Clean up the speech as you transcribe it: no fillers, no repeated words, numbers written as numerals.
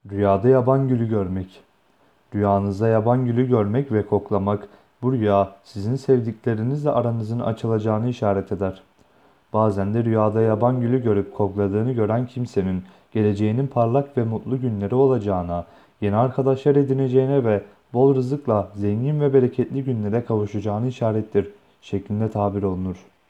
Rüyada yaban gülü görmek. Rüyanızda yaban gülü görmek ve koklamak, bu rüya sizin sevdiklerinizle aranızın açılacağını işaret eder. Bazen de rüyada yaban gülü görüp kokladığını gören kimsenin geleceğinin parlak ve mutlu günleri olacağına, yeni arkadaşlar edineceğine ve bol rızıkla zengin ve bereketli günlere kavuşacağını işarettir şeklinde tabir olunur.